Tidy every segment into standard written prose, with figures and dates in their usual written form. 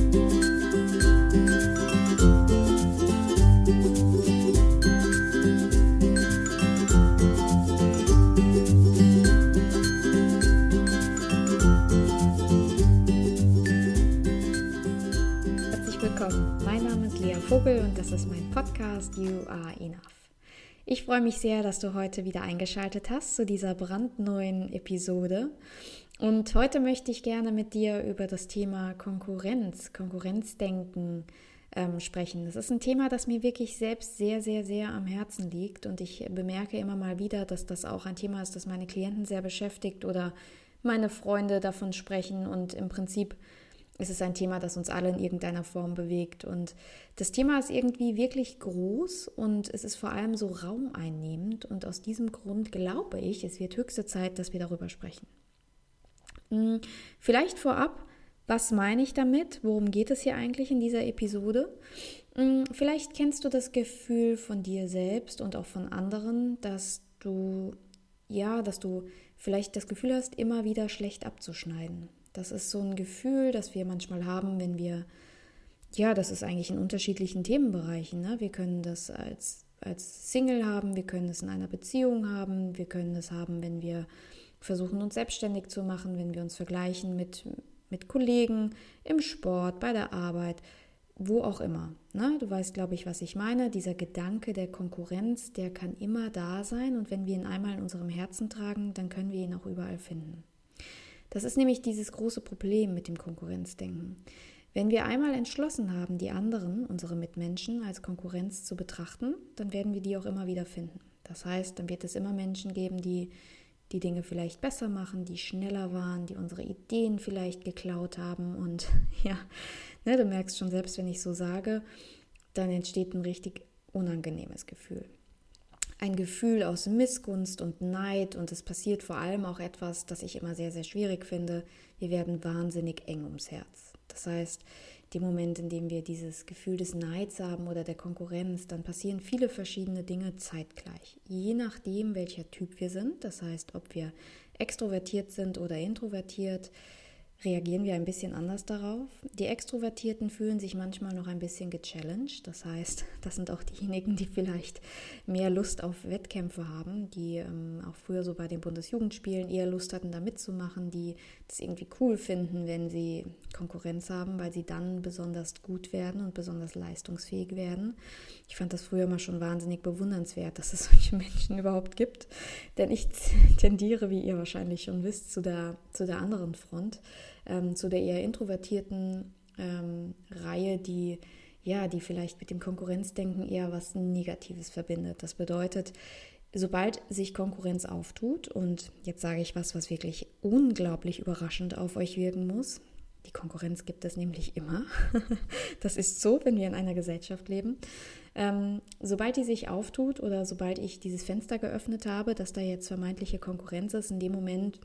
Mein Name ist Lea Vogel und das ist mein Podcast You Are Enough. Ich freue mich sehr, dass du heute wieder eingeschaltet hast zu dieser brandneuen Episode. Und heute möchte ich gerne mit dir über das Thema Konkurrenzdenken sprechen. Das ist ein Thema, das mir wirklich selbst sehr, sehr, sehr am Herzen liegt. Und ich bemerke immer mal wieder, dass das auch ein Thema ist, das meine Klienten sehr beschäftigt oder meine Freunde davon sprechen. Und im Prinzip es ist ein Thema, das uns alle in irgendeiner Form bewegt. Und das Thema ist irgendwie wirklich groß und es ist vor allem so raumeinnehmend. Und aus diesem Grund glaube ich, es wird höchste Zeit, dass wir darüber sprechen. Vielleicht vorab, was meine ich damit? Worum geht es hier eigentlich in dieser Episode? Vielleicht kennst du das Gefühl von dir selbst und auch von anderen, dass du vielleicht das Gefühl hast, immer wieder schlecht abzuschneiden. Das ist so ein Gefühl, das wir manchmal haben, wenn wir, das ist eigentlich in unterschiedlichen Themenbereichen. Ne? Wir können das als Single haben, wir können es in einer Beziehung haben, wir können es haben, wenn wir versuchen, uns selbstständig zu machen, wenn wir uns vergleichen mit Kollegen, im Sport, bei der Arbeit, wo auch immer. Ne? Du weißt, glaube ich, was ich meine. Dieser Gedanke der Konkurrenz, der kann immer da sein und wenn wir ihn einmal in unserem Herzen tragen, dann können wir ihn auch überall finden. Das ist nämlich dieses große Problem mit dem Konkurrenzdenken. Wenn wir einmal entschlossen haben, die anderen, unsere Mitmenschen, als Konkurrenz zu betrachten, dann werden wir die auch immer wieder finden. Das heißt, dann wird es immer Menschen geben, die die Dinge vielleicht besser machen, die schneller waren, die unsere Ideen vielleicht geklaut haben. Und du merkst schon, selbst wenn ich so sage, dann entsteht ein richtig unangenehmes Gefühl. Ein Gefühl aus Missgunst und Neid und es passiert vor allem auch etwas, das ich immer sehr, sehr schwierig finde. Wir werden wahnsinnig eng ums Herz. Das heißt, dem Moment, in dem wir dieses Gefühl des Neids haben oder der Konkurrenz, dann passieren viele verschiedene Dinge zeitgleich. Je nachdem, welcher Typ wir sind, das heißt, ob wir extrovertiert sind oder introvertiert, reagieren wir ein bisschen anders darauf. Die Extrovertierten fühlen sich manchmal noch ein bisschen gechallenged. Das heißt, das sind auch diejenigen, die vielleicht mehr Lust auf Wettkämpfe haben, die auch früher so bei den Bundesjugendspielen eher Lust hatten, da mitzumachen, die das irgendwie cool finden, wenn sie Konkurrenz haben, weil sie dann besonders gut werden und besonders leistungsfähig werden. Ich fand das früher mal schon wahnsinnig bewundernswert, dass es solche Menschen überhaupt gibt. Denn ich tendiere, wie ihr wahrscheinlich schon wisst, zu der anderen Front. Zu der eher introvertierten Reihe, die vielleicht mit dem Konkurrenzdenken eher was Negatives verbindet. Das bedeutet, sobald sich Konkurrenz auftut, und jetzt sage ich was wirklich unglaublich überraschend auf euch wirken muss, die Konkurrenz gibt es nämlich immer. Das ist so, wenn wir in einer Gesellschaft leben. Sobald die sich auftut oder sobald ich dieses Fenster geöffnet habe, dass da jetzt vermeintliche Konkurrenz ist, in dem Moment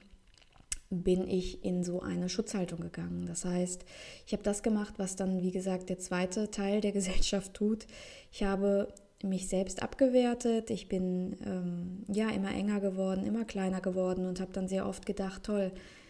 bin ich in so eine Schutzhaltung gegangen. Das heißt, ich habe das gemacht, was dann, wie gesagt, der zweite Teil der Gesellschaft tut. Ich habe mich selbst abgewertet. Ich bin immer enger geworden, immer kleiner geworden und habe dann sehr oft gedacht, toll,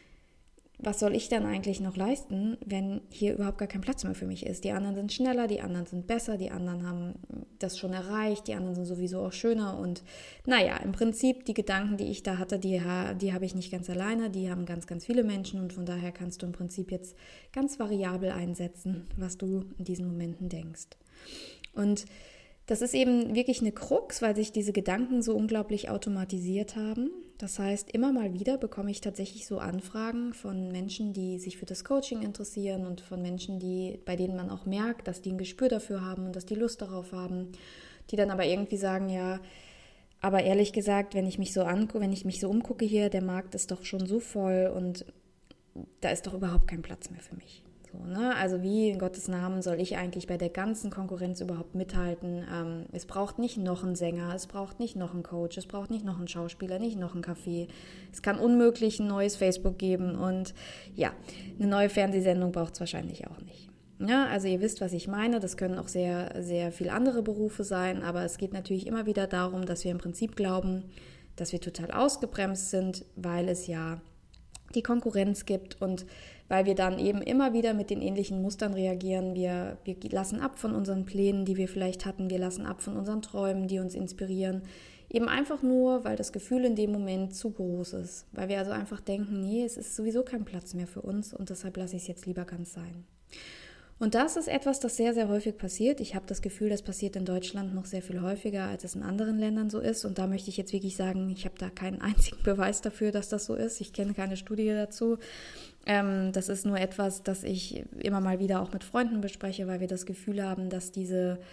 was soll ich dann eigentlich noch leisten, wenn hier überhaupt gar kein Platz mehr für mich ist? Die anderen sind schneller, die anderen sind besser, die anderen haben das schon erreicht, die anderen sind sowieso auch schöner und im Prinzip die Gedanken, die ich da hatte, die habe ich nicht ganz alleine, die haben ganz, ganz viele Menschen und von daher kannst du im Prinzip jetzt ganz variabel einsetzen, was du in diesen Momenten denkst. Und das ist eben wirklich eine Krux, weil sich diese Gedanken so unglaublich automatisiert haben. Das heißt, immer mal wieder bekomme ich tatsächlich so Anfragen von Menschen, die sich für das Coaching interessieren und von Menschen, bei denen man auch merkt, dass die ein Gespür dafür haben und dass die Lust darauf haben, die dann aber irgendwie sagen, ja, aber ehrlich gesagt, wenn ich mich so umgucke hier, der Markt ist doch schon so voll und da ist doch überhaupt kein Platz mehr für mich. Also wie in Gottes Namen soll ich eigentlich bei der ganzen Konkurrenz überhaupt mithalten? Es braucht nicht noch einen Sänger, es braucht nicht noch einen Coach, es braucht nicht noch einen Schauspieler, nicht noch einen Café. Es kann unmöglich ein neues Facebook geben und eine neue Fernsehsendung braucht es wahrscheinlich auch nicht. Ja, also ihr wisst, was ich meine. Das können auch sehr, sehr viele andere Berufe sein, aber es geht natürlich immer wieder darum, dass wir im Prinzip glauben, dass wir total ausgebremst sind, weil es ja die Konkurrenz gibt und weil wir dann eben immer wieder mit den ähnlichen Mustern reagieren. Wir lassen ab von unseren Plänen, die wir vielleicht hatten. Wir lassen ab von unseren Träumen, die uns inspirieren. Eben einfach nur, weil das Gefühl in dem Moment zu groß ist. Weil wir also einfach denken, nee, es ist sowieso kein Platz mehr für uns und deshalb lasse ich es jetzt lieber ganz sein. Und das ist etwas, das sehr, sehr häufig passiert. Ich habe das Gefühl, das passiert in Deutschland noch sehr viel häufiger, als es in anderen Ländern so ist. Und da möchte ich jetzt wirklich sagen, ich habe da keinen einzigen Beweis dafür, dass das so ist. Ich kenne keine Studie dazu. Das ist nur etwas, das ich immer mal wieder auch mit Freunden bespreche, weil wir das Gefühl haben, dass dass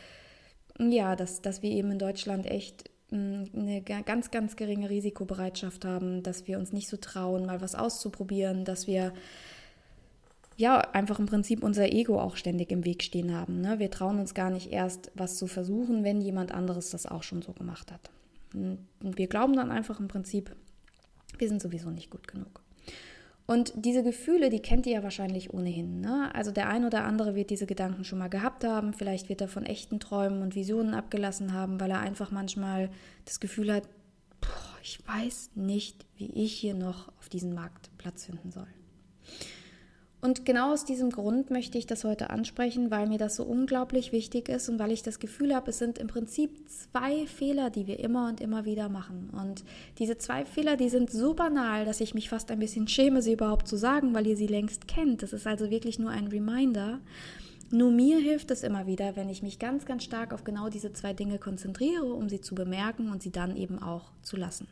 wir eben in Deutschland echt eine ganz, ganz geringe Risikobereitschaft haben, dass wir uns nicht so trauen, mal was auszuprobieren, dass wir einfach im Prinzip unser Ego auch ständig im Weg stehen haben. Ne? Wir trauen uns gar nicht erst, was zu versuchen, wenn jemand anderes das auch schon so gemacht hat. Und wir glauben dann einfach im Prinzip, wir sind sowieso nicht gut genug. Und diese Gefühle, die kennt ihr ja wahrscheinlich ohnehin. Ne? Also der ein oder andere wird diese Gedanken schon mal gehabt haben. Vielleicht wird er von echten Träumen und Visionen abgelassen haben, weil er einfach manchmal das Gefühl hat, ich weiß nicht, wie ich hier noch auf diesem Markt Platz finden soll. Und genau aus diesem Grund möchte ich das heute ansprechen, weil mir das so unglaublich wichtig ist und weil ich das Gefühl habe, es sind im Prinzip 2 Fehler, die wir immer und immer wieder machen. Und diese 2 Fehler, die sind so banal, dass ich mich fast ein bisschen schäme, sie überhaupt zu sagen, weil ihr sie längst kennt. Das ist also wirklich nur ein Reminder. Nur mir hilft es immer wieder, wenn ich mich ganz, ganz stark auf genau diese 2 Dinge konzentriere, um sie zu bemerken und sie dann eben auch zu lassen.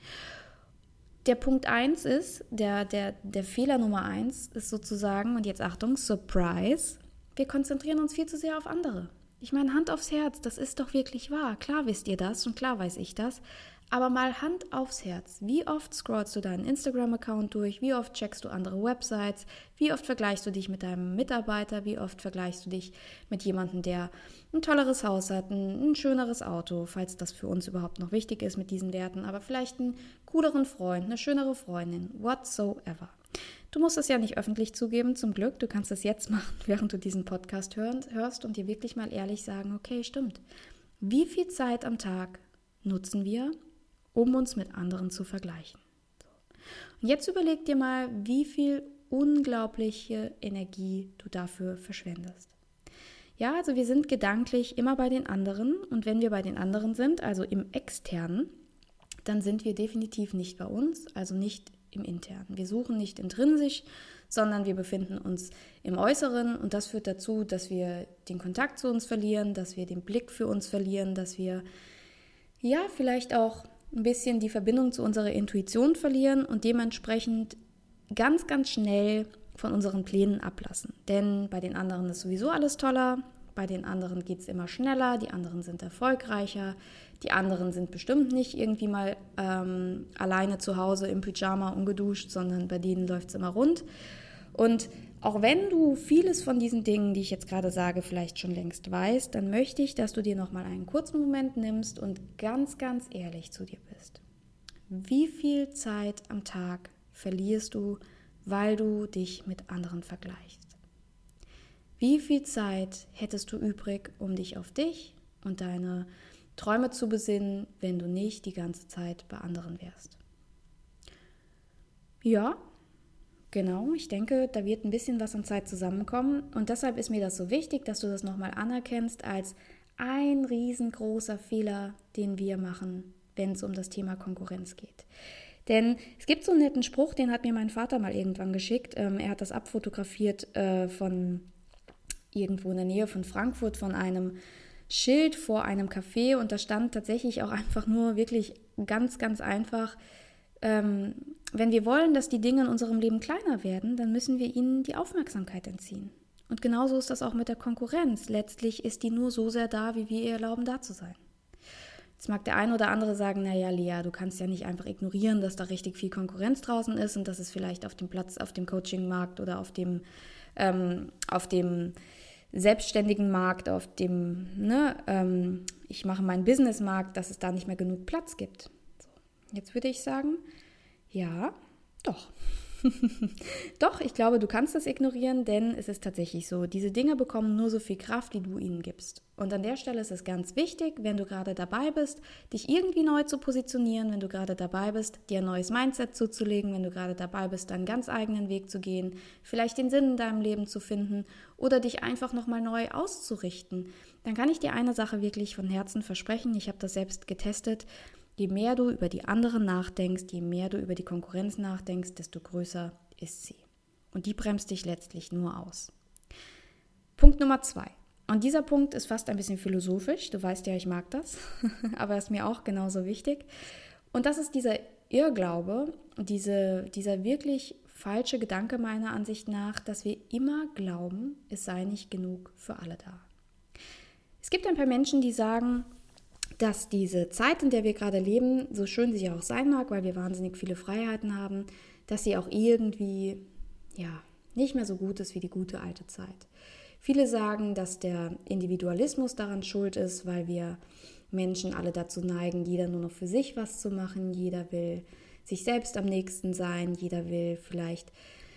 Der Punkt 1 ist, der Fehler Nummer 1 ist sozusagen, und jetzt Achtung, Surprise, wir konzentrieren uns viel zu sehr auf andere. Ich meine, Hand aufs Herz, das ist doch wirklich wahr. Klar wisst ihr das und klar weiß ich das, aber mal Hand aufs Herz. Wie oft scrollst du deinen Instagram-Account durch? Wie oft checkst du andere Websites? Wie oft vergleichst du dich mit deinem Mitarbeiter? Wie oft vergleichst du dich mit jemandem, der ein tolleres Haus hat, ein schöneres Auto, falls das für uns überhaupt noch wichtig ist mit diesen Werten, aber vielleicht einen cooleren Freund, eine schönere Freundin, whatsoever. Du musst es ja nicht öffentlich zugeben, zum Glück. Du kannst es jetzt machen, während du diesen Podcast hörst und dir wirklich mal ehrlich sagen, okay, stimmt. Wie viel Zeit am Tag nutzen wir, um uns mit anderen zu vergleichen? Und jetzt überleg dir mal, wie viel unglaubliche Energie du dafür verschwendest. Ja, also wir sind gedanklich immer bei den anderen und wenn wir bei den anderen sind, also im Externen, dann sind wir definitiv nicht bei uns, also nicht im Internen. Wir suchen nicht intrinsisch, sondern wir befinden uns im Äußeren und das führt dazu, dass wir den Kontakt zu uns verlieren, dass wir den Blick für uns verlieren, dass wir vielleicht auch ein bisschen die Verbindung zu unserer Intuition verlieren und dementsprechend ganz, ganz schnell von unseren Plänen ablassen. Denn bei den anderen ist sowieso alles toller, bei den anderen geht es immer schneller, die anderen sind erfolgreicher, die anderen sind bestimmt nicht irgendwie mal alleine zu Hause im Pyjama ungeduscht, sondern bei denen läuft es immer rund. Und auch wenn du vieles von diesen Dingen, die ich jetzt gerade sage, vielleicht schon längst weißt, dann möchte ich, dass du dir nochmal einen kurzen Moment nimmst und ganz, ganz ehrlich zu dir bist. Wie viel Zeit am Tag verlierst du, weil du dich mit anderen vergleichst? Wie viel Zeit hättest du übrig, um dich auf dich und deine Träume zu besinnen, wenn du nicht die ganze Zeit bei anderen wärst? Ja, genau, ich denke, da wird ein bisschen was an Zeit zusammenkommen und deshalb ist mir das so wichtig, dass du das nochmal anerkennst als ein riesengroßer Fehler, den wir machen, wenn es um das Thema Konkurrenz geht. Denn es gibt so einen netten Spruch, den hat mir mein Vater mal irgendwann geschickt. Er hat das abfotografiert von irgendwo in der Nähe von Frankfurt von einem Schild vor einem Café und da stand tatsächlich auch einfach nur wirklich ganz, ganz einfach, wenn wir wollen, dass die Dinge in unserem Leben kleiner werden, dann müssen wir ihnen die Aufmerksamkeit entziehen. Und genauso ist das auch mit der Konkurrenz. Letztlich ist die nur so sehr da, wie wir ihr erlauben, da zu sein. Jetzt mag der eine oder andere sagen, naja, Lea, du kannst ja nicht einfach ignorieren, dass da richtig viel Konkurrenz draußen ist und dass es vielleicht auf dem Platz, auf dem Coaching-Markt oder auf dem selbstständigen Markt, auf dem, ich mache meinen Business-Markt, dass es da nicht mehr genug Platz gibt. So, jetzt würde ich sagen, ja, doch. Doch, ich glaube, du kannst das ignorieren, denn es ist tatsächlich so. Diese Dinge bekommen nur so viel Kraft, wie du ihnen gibst. Und an der Stelle ist es ganz wichtig, wenn du gerade dabei bist, dich irgendwie neu zu positionieren, wenn du gerade dabei bist, dir ein neues Mindset zuzulegen, wenn du gerade dabei bist, deinen ganz eigenen Weg zu gehen, vielleicht den Sinn in deinem Leben zu finden oder dich einfach nochmal neu auszurichten, dann kann ich dir eine Sache wirklich von Herzen versprechen. Ich habe das selbst getestet. Je mehr du über die anderen nachdenkst, je mehr du über die Konkurrenz nachdenkst, desto größer ist sie. Und die bremst dich letztlich nur aus. Punkt Nummer 2. Und dieser Punkt ist fast ein bisschen philosophisch. Du weißt ja, ich mag das, aber ist mir auch genauso wichtig. Und das ist dieser Irrglaube, dieser wirklich falsche Gedanke meiner Ansicht nach, dass wir immer glauben, es sei nicht genug für alle da. Es gibt ein paar Menschen, die sagen, dass diese Zeit, in der wir gerade leben, so schön sie auch sein mag, weil wir wahnsinnig viele Freiheiten haben, dass sie auch irgendwie, nicht mehr so gut ist wie die gute alte Zeit. Viele sagen, dass der Individualismus daran schuld ist, weil wir Menschen alle dazu neigen, jeder nur noch für sich was zu machen, jeder will sich selbst am nächsten sein, jeder will vielleicht,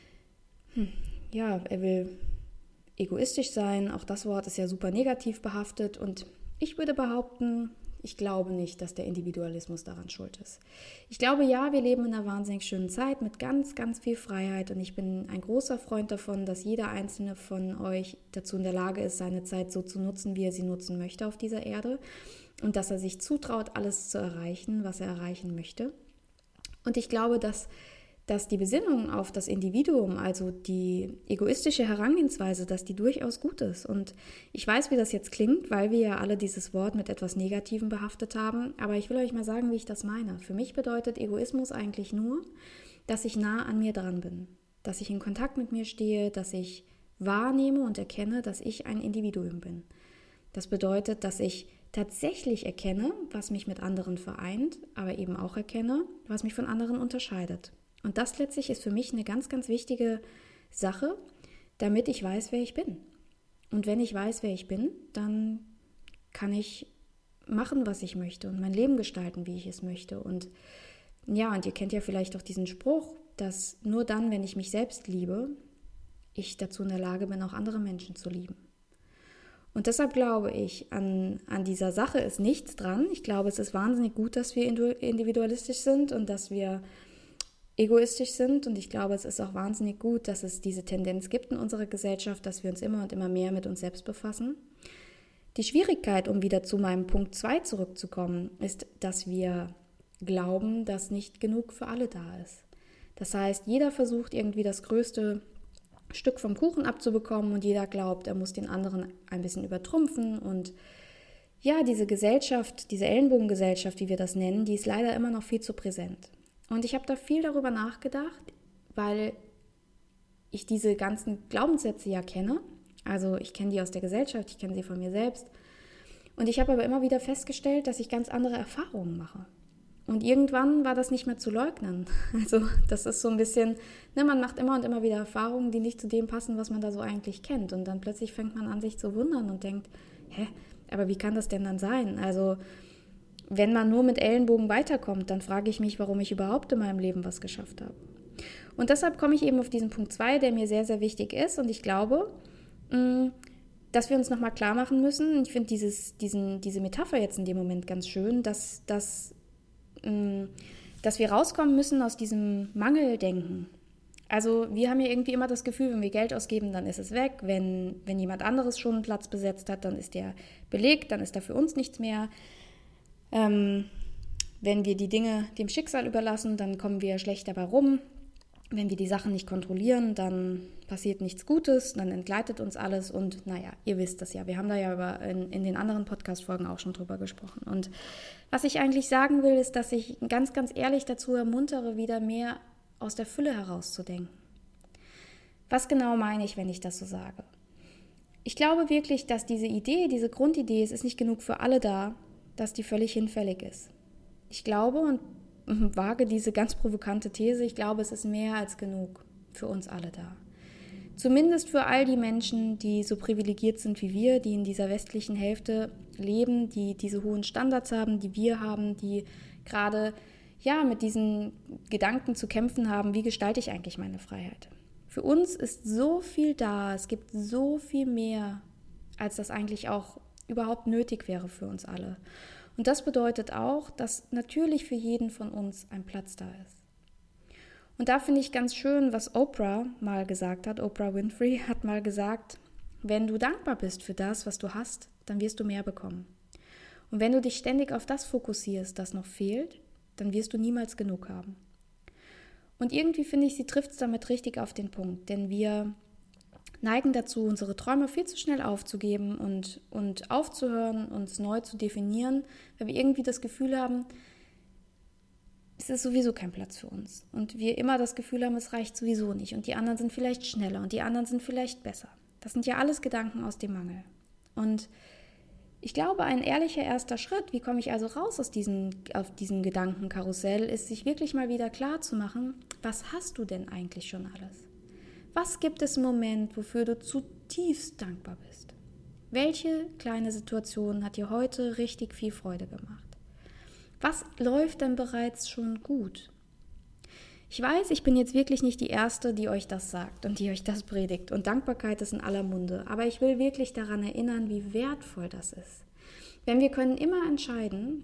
er will egoistisch sein, auch das Wort ist ja super negativ behaftet und ich würde behaupten, ich glaube nicht, dass der Individualismus daran schuld ist. Ich glaube, ja, wir leben in einer wahnsinnig schönen Zeit mit ganz, ganz viel Freiheit und ich bin ein großer Freund davon, dass jeder einzelne von euch dazu in der Lage ist, seine Zeit so zu nutzen, wie er sie nutzen möchte auf dieser Erde und dass er sich zutraut, alles zu erreichen, was er erreichen möchte. Und ich glaube, dass die Besinnung auf das Individuum, also die egoistische Herangehensweise, dass die durchaus gut ist. Und ich weiß, wie das jetzt klingt, weil wir ja alle dieses Wort mit etwas Negativem behaftet haben. Aber ich will euch mal sagen, wie ich das meine. Für mich bedeutet Egoismus eigentlich nur, dass ich nah an mir dran bin. Dass ich in Kontakt mit mir stehe, dass ich wahrnehme und erkenne, dass ich ein Individuum bin. Das bedeutet, dass ich tatsächlich erkenne, was mich mit anderen vereint, aber eben auch erkenne, was mich von anderen unterscheidet. Und das letztlich ist für mich eine ganz, ganz wichtige Sache, damit ich weiß, wer ich bin. Und wenn ich weiß, wer ich bin, dann kann ich machen, was ich möchte und mein Leben gestalten, wie ich es möchte. Und ihr kennt ja vielleicht auch diesen Spruch, dass nur dann, wenn ich mich selbst liebe, ich dazu in der Lage bin, auch andere Menschen zu lieben. Und deshalb glaube ich, an dieser Sache ist nichts dran. Ich glaube, es ist wahnsinnig gut, dass wir individualistisch sind und dass wir egoistisch sind und ich glaube, es ist auch wahnsinnig gut, dass es diese Tendenz gibt in unserer Gesellschaft, dass wir uns immer und immer mehr mit uns selbst befassen. Die Schwierigkeit, um wieder zu meinem Punkt 2 zurückzukommen, ist, dass wir glauben, dass nicht genug für alle da ist. Das heißt, jeder versucht irgendwie das größte Stück vom Kuchen abzubekommen und jeder glaubt, er muss den anderen ein bisschen übertrumpfen und diese Gesellschaft, diese Ellenbogengesellschaft, wie wir das nennen, die ist leider immer noch viel zu präsent. Und ich habe da viel darüber nachgedacht, weil ich diese ganzen Glaubenssätze ja kenne. Also ich kenne die aus der Gesellschaft, ich kenne sie von mir selbst. Und ich habe aber immer wieder festgestellt, dass ich ganz andere Erfahrungen mache. Und irgendwann war das nicht mehr zu leugnen. Also das ist so ein bisschen, man macht immer und immer wieder Erfahrungen, die nicht zu dem passen, was man da so eigentlich kennt. Und dann plötzlich fängt man an, sich zu wundern und denkt, aber wie kann das denn dann sein? Also wenn man nur mit Ellenbogen weiterkommt, dann frage ich mich, warum ich überhaupt in meinem Leben was geschafft habe. Und deshalb komme ich eben auf diesen Punkt 2, der mir sehr, sehr wichtig ist. Und ich glaube, dass wir uns nochmal klar machen müssen, ich finde diese Metapher jetzt in dem Moment ganz schön, dass wir rauskommen müssen aus diesem Mangeldenken. Also wir haben ja irgendwie immer das Gefühl, wenn wir Geld ausgeben, dann ist es weg. Wenn jemand anderes schon einen Platz besetzt hat, dann ist der belegt, dann ist da für uns nichts mehr. Wenn wir die Dinge dem Schicksal überlassen, dann kommen wir schlecht dabei rum. Wenn wir die Sachen nicht kontrollieren, dann passiert nichts Gutes, dann entgleitet uns alles und ihr wisst das ja. Wir haben da ja in den anderen Podcast-Folgen auch schon drüber gesprochen. Und was ich eigentlich sagen will, ist, dass ich ganz, ganz ehrlich dazu ermuntere, wieder mehr aus der Fülle herauszudenken. Was genau meine ich, wenn ich das so sage? Ich glaube wirklich, dass diese Grundidee, es ist nicht genug für alle da, dass die völlig hinfällig ist. Ich glaube und wage diese ganz provokante These, ich glaube, es ist mehr als genug für uns alle da. Zumindest für all die Menschen, die so privilegiert sind wie wir, die in dieser westlichen Hälfte leben, die diese hohen Standards haben, die wir haben, die gerade mit diesen Gedanken zu kämpfen haben, wie gestalte ich eigentlich meine Freiheit? Für uns ist so viel da, es gibt so viel mehr, als das eigentlich auch überhaupt nötig wäre für uns alle. Und das bedeutet auch, dass natürlich für jeden von uns ein Platz da ist. Und da finde ich ganz schön, was Oprah mal gesagt hat. Oprah Winfrey hat mal gesagt, wenn du dankbar bist für das, was du hast, dann wirst du mehr bekommen. Und wenn du dich ständig auf das fokussierst, das noch fehlt, dann wirst du niemals genug haben. Und irgendwie finde ich, sie trifft es damit richtig auf den Punkt, denn wir neigen dazu, unsere Träume viel zu schnell aufzugeben und aufzuhören, uns neu zu definieren, weil wir irgendwie das Gefühl haben, es ist sowieso kein Platz für uns. Und wir immer das Gefühl haben, es reicht sowieso nicht. Und die anderen sind vielleicht schneller und die anderen sind vielleicht besser. Das sind ja alles Gedanken aus dem Mangel. Und ich glaube, ein ehrlicher erster Schritt, wie komme ich also raus aus auf diesem Gedankenkarussell, ist, sich wirklich mal wieder klar zu machen, was hast du denn eigentlich schon alles? Was gibt es im Moment, wofür du zutiefst dankbar bist? Welche kleine Situation hat dir heute richtig viel Freude gemacht? Was läuft denn bereits schon gut? Ich weiß, ich bin jetzt wirklich nicht die Erste, die euch das sagt und die euch das predigt. Und Dankbarkeit ist in aller Munde. Aber ich will wirklich daran erinnern, wie wertvoll das ist. Denn wir können immer entscheiden,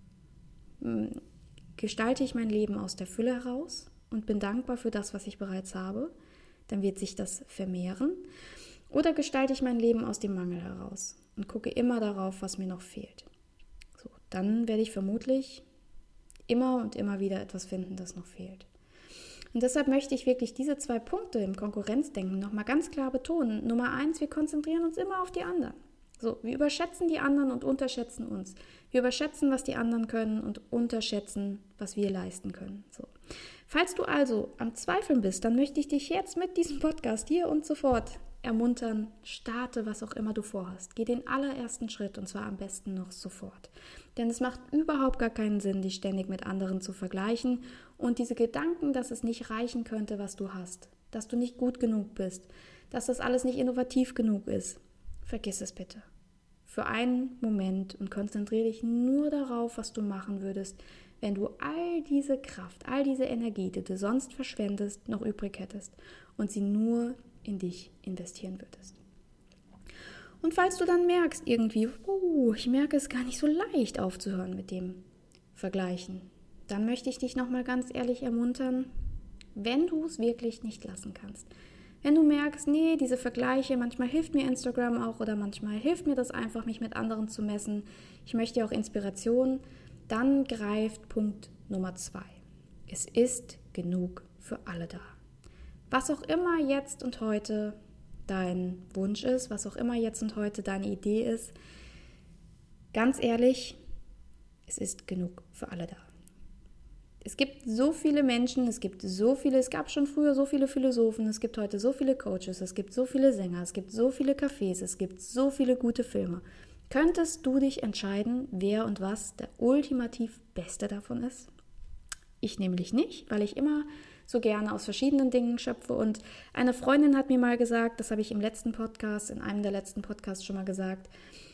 gestalte ich mein Leben aus der Fülle heraus und bin dankbar für das, was ich bereits habe, dann wird sich das vermehren. Oder gestalte ich mein Leben aus dem Mangel heraus und gucke immer darauf, was mir noch fehlt. So, dann werde ich vermutlich immer und immer wieder etwas finden, das noch fehlt. Und deshalb möchte ich wirklich diese 2 Punkte im Konkurrenzdenken nochmal ganz klar betonen. Nummer 1, wir konzentrieren uns immer auf die anderen. So, wir überschätzen die anderen und unterschätzen uns. Wir überschätzen, was die anderen können und unterschätzen, was wir leisten können. So. Falls du also am Zweifeln bist, dann möchte ich dich jetzt mit diesem Podcast hier und sofort ermuntern, starte, was auch immer du vorhast. Geh den allerersten Schritt und zwar am besten noch sofort. Denn es macht überhaupt gar keinen Sinn, dich ständig mit anderen zu vergleichen und diese Gedanken, dass es nicht reichen könnte, was du hast, dass du nicht gut genug bist, dass das alles nicht innovativ genug ist. Vergiss es bitte. Für einen Moment und konzentriere dich nur darauf, was du machen würdest, wenn du all diese Kraft, all diese Energie, die du sonst verschwendest, noch übrig hättest und sie nur in dich investieren würdest. Und falls du dann merkst irgendwie, ich merke es gar nicht so leicht aufzuhören mit dem Vergleichen, dann möchte ich dich nochmal ganz ehrlich ermuntern, wenn du es wirklich nicht lassen kannst. Wenn du merkst, nee, diese Vergleiche, manchmal hilft mir Instagram auch oder manchmal hilft mir das einfach, mich mit anderen zu messen. Ich möchte auch Inspiration. Dann greift Punkt Nummer 2. Es ist genug für alle da. Was auch immer jetzt und heute dein Wunsch ist, was auch immer jetzt und heute deine Idee ist, ganz ehrlich, es ist genug für alle da. Es gibt so viele Menschen, es gab schon früher so viele Philosophen, es gibt heute so viele Coaches, es gibt so viele Sänger, es gibt so viele Cafés, es gibt so viele gute Filme. Könntest du dich entscheiden, wer und was der ultimativ Beste davon ist? Ich nämlich nicht, weil ich immer so gerne aus verschiedenen Dingen schöpfe. Und eine Freundin hat mir mal gesagt, das habe ich in einem der letzten Podcasts schon mal gesagt,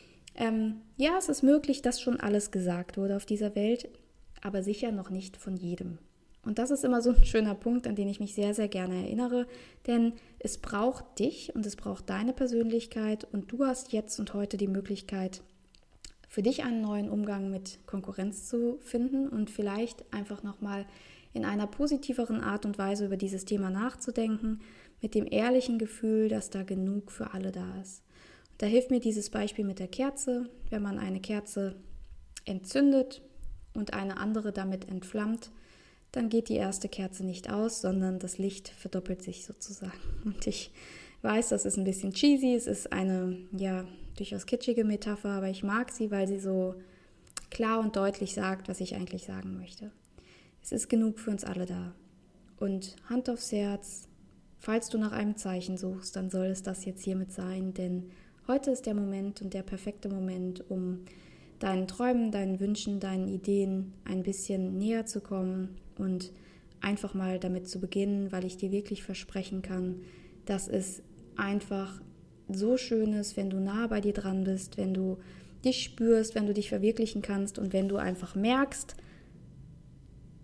ja, es ist möglich, dass schon alles gesagt wurde auf dieser Welt, aber sicher noch nicht von jedem. Und das ist immer so ein schöner Punkt, an den ich mich sehr, sehr gerne erinnere, denn es braucht dich und es braucht deine Persönlichkeit und du hast jetzt und heute die Möglichkeit, für dich einen neuen Umgang mit Konkurrenz zu finden und vielleicht einfach nochmal in einer positiveren Art und Weise über dieses Thema nachzudenken, mit dem ehrlichen Gefühl, dass da genug für alle da ist. Und da hilft mir dieses Beispiel mit der Kerze, wenn man eine Kerze entzündet und eine andere damit entflammt, dann geht die erste Kerze nicht aus, sondern das Licht verdoppelt sich sozusagen. Und ich weiß, das ist ein bisschen cheesy, es ist eine, durchaus kitschige Metapher, aber ich mag sie, weil sie so klar und deutlich sagt, was ich eigentlich sagen möchte. Es ist genug für uns alle da. Und Hand aufs Herz, falls du nach einem Zeichen suchst, dann soll es das jetzt hiermit sein, denn heute ist der Moment und der perfekte Moment, um deinen Träumen, deinen Wünschen, deinen Ideen ein bisschen näher zu kommen und einfach mal damit zu beginnen, weil ich dir wirklich versprechen kann, dass es einfach so schön ist, wenn du nah bei dir dran bist, wenn du dich spürst, wenn du dich verwirklichen kannst und wenn du einfach merkst,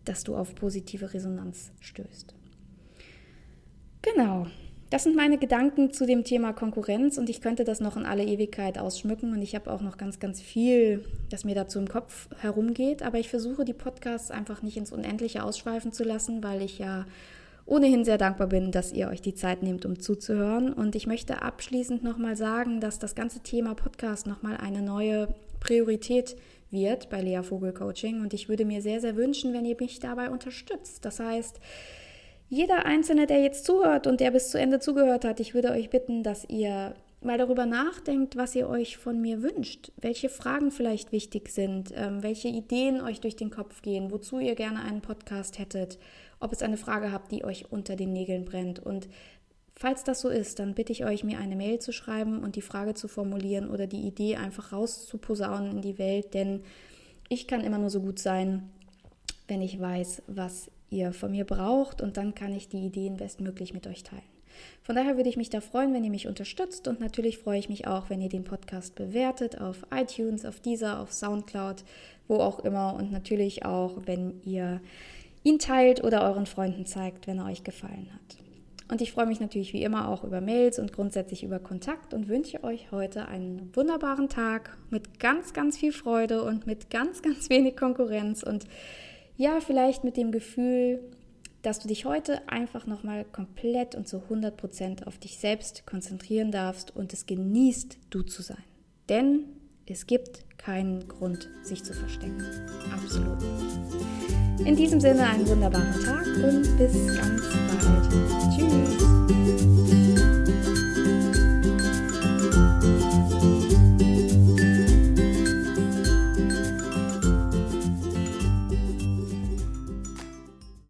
dass du auf positive Resonanz stößt. Genau, das sind meine Gedanken zu dem Thema Konkurrenz und ich könnte das noch in alle Ewigkeit ausschmücken und ich habe auch noch ganz, ganz viel, das mir dazu im Kopf herumgeht, aber ich versuche die Podcasts einfach nicht ins Unendliche ausschweifen zu lassen, weil ich ja ohnehin sehr dankbar bin, dass ihr euch die Zeit nehmt, um zuzuhören. Und ich möchte abschließend nochmal sagen, dass das ganze Thema Podcast nochmal eine neue Priorität wird bei Lea Vogel Coaching. Und ich würde mir sehr, sehr wünschen, wenn ihr mich dabei unterstützt. Das heißt, jeder Einzelne, der jetzt zuhört und der bis zu Ende zugehört hat, ich würde euch bitten, dass ihr mal darüber nachdenkt, was ihr euch von mir wünscht, welche Fragen vielleicht wichtig sind, welche Ideen euch durch den Kopf gehen, wozu ihr gerne einen Podcast hättet, ob es eine Frage habt, die euch unter den Nägeln brennt. Und falls das so ist, dann bitte ich euch, mir eine Mail zu schreiben und die Frage zu formulieren oder die Idee einfach rauszuposaunen in die Welt, denn ich kann immer nur so gut sein, wenn ich weiß, was ihr von mir braucht und dann kann ich die Ideen bestmöglich mit euch teilen. Von daher würde ich mich da freuen, wenn ihr mich unterstützt und natürlich freue ich mich auch, wenn ihr den Podcast bewertet auf iTunes, auf Deezer, auf Soundcloud, wo auch immer und natürlich auch, wenn ihr ihn teilt oder euren Freunden zeigt, wenn er euch gefallen hat. Und ich freue mich natürlich wie immer auch über Mails und grundsätzlich über Kontakt und wünsche euch heute einen wunderbaren Tag mit ganz, ganz viel Freude und mit ganz, ganz wenig Konkurrenz und ja, vielleicht mit dem Gefühl, dass du dich heute einfach nochmal komplett und zu 100% auf dich selbst konzentrieren darfst und es genießt, du zu sein. Denn es gibt keinen Grund, sich zu verstecken. Absolut nicht. In diesem Sinne einen wunderbaren Tag und bis ganz bald. Tschüss.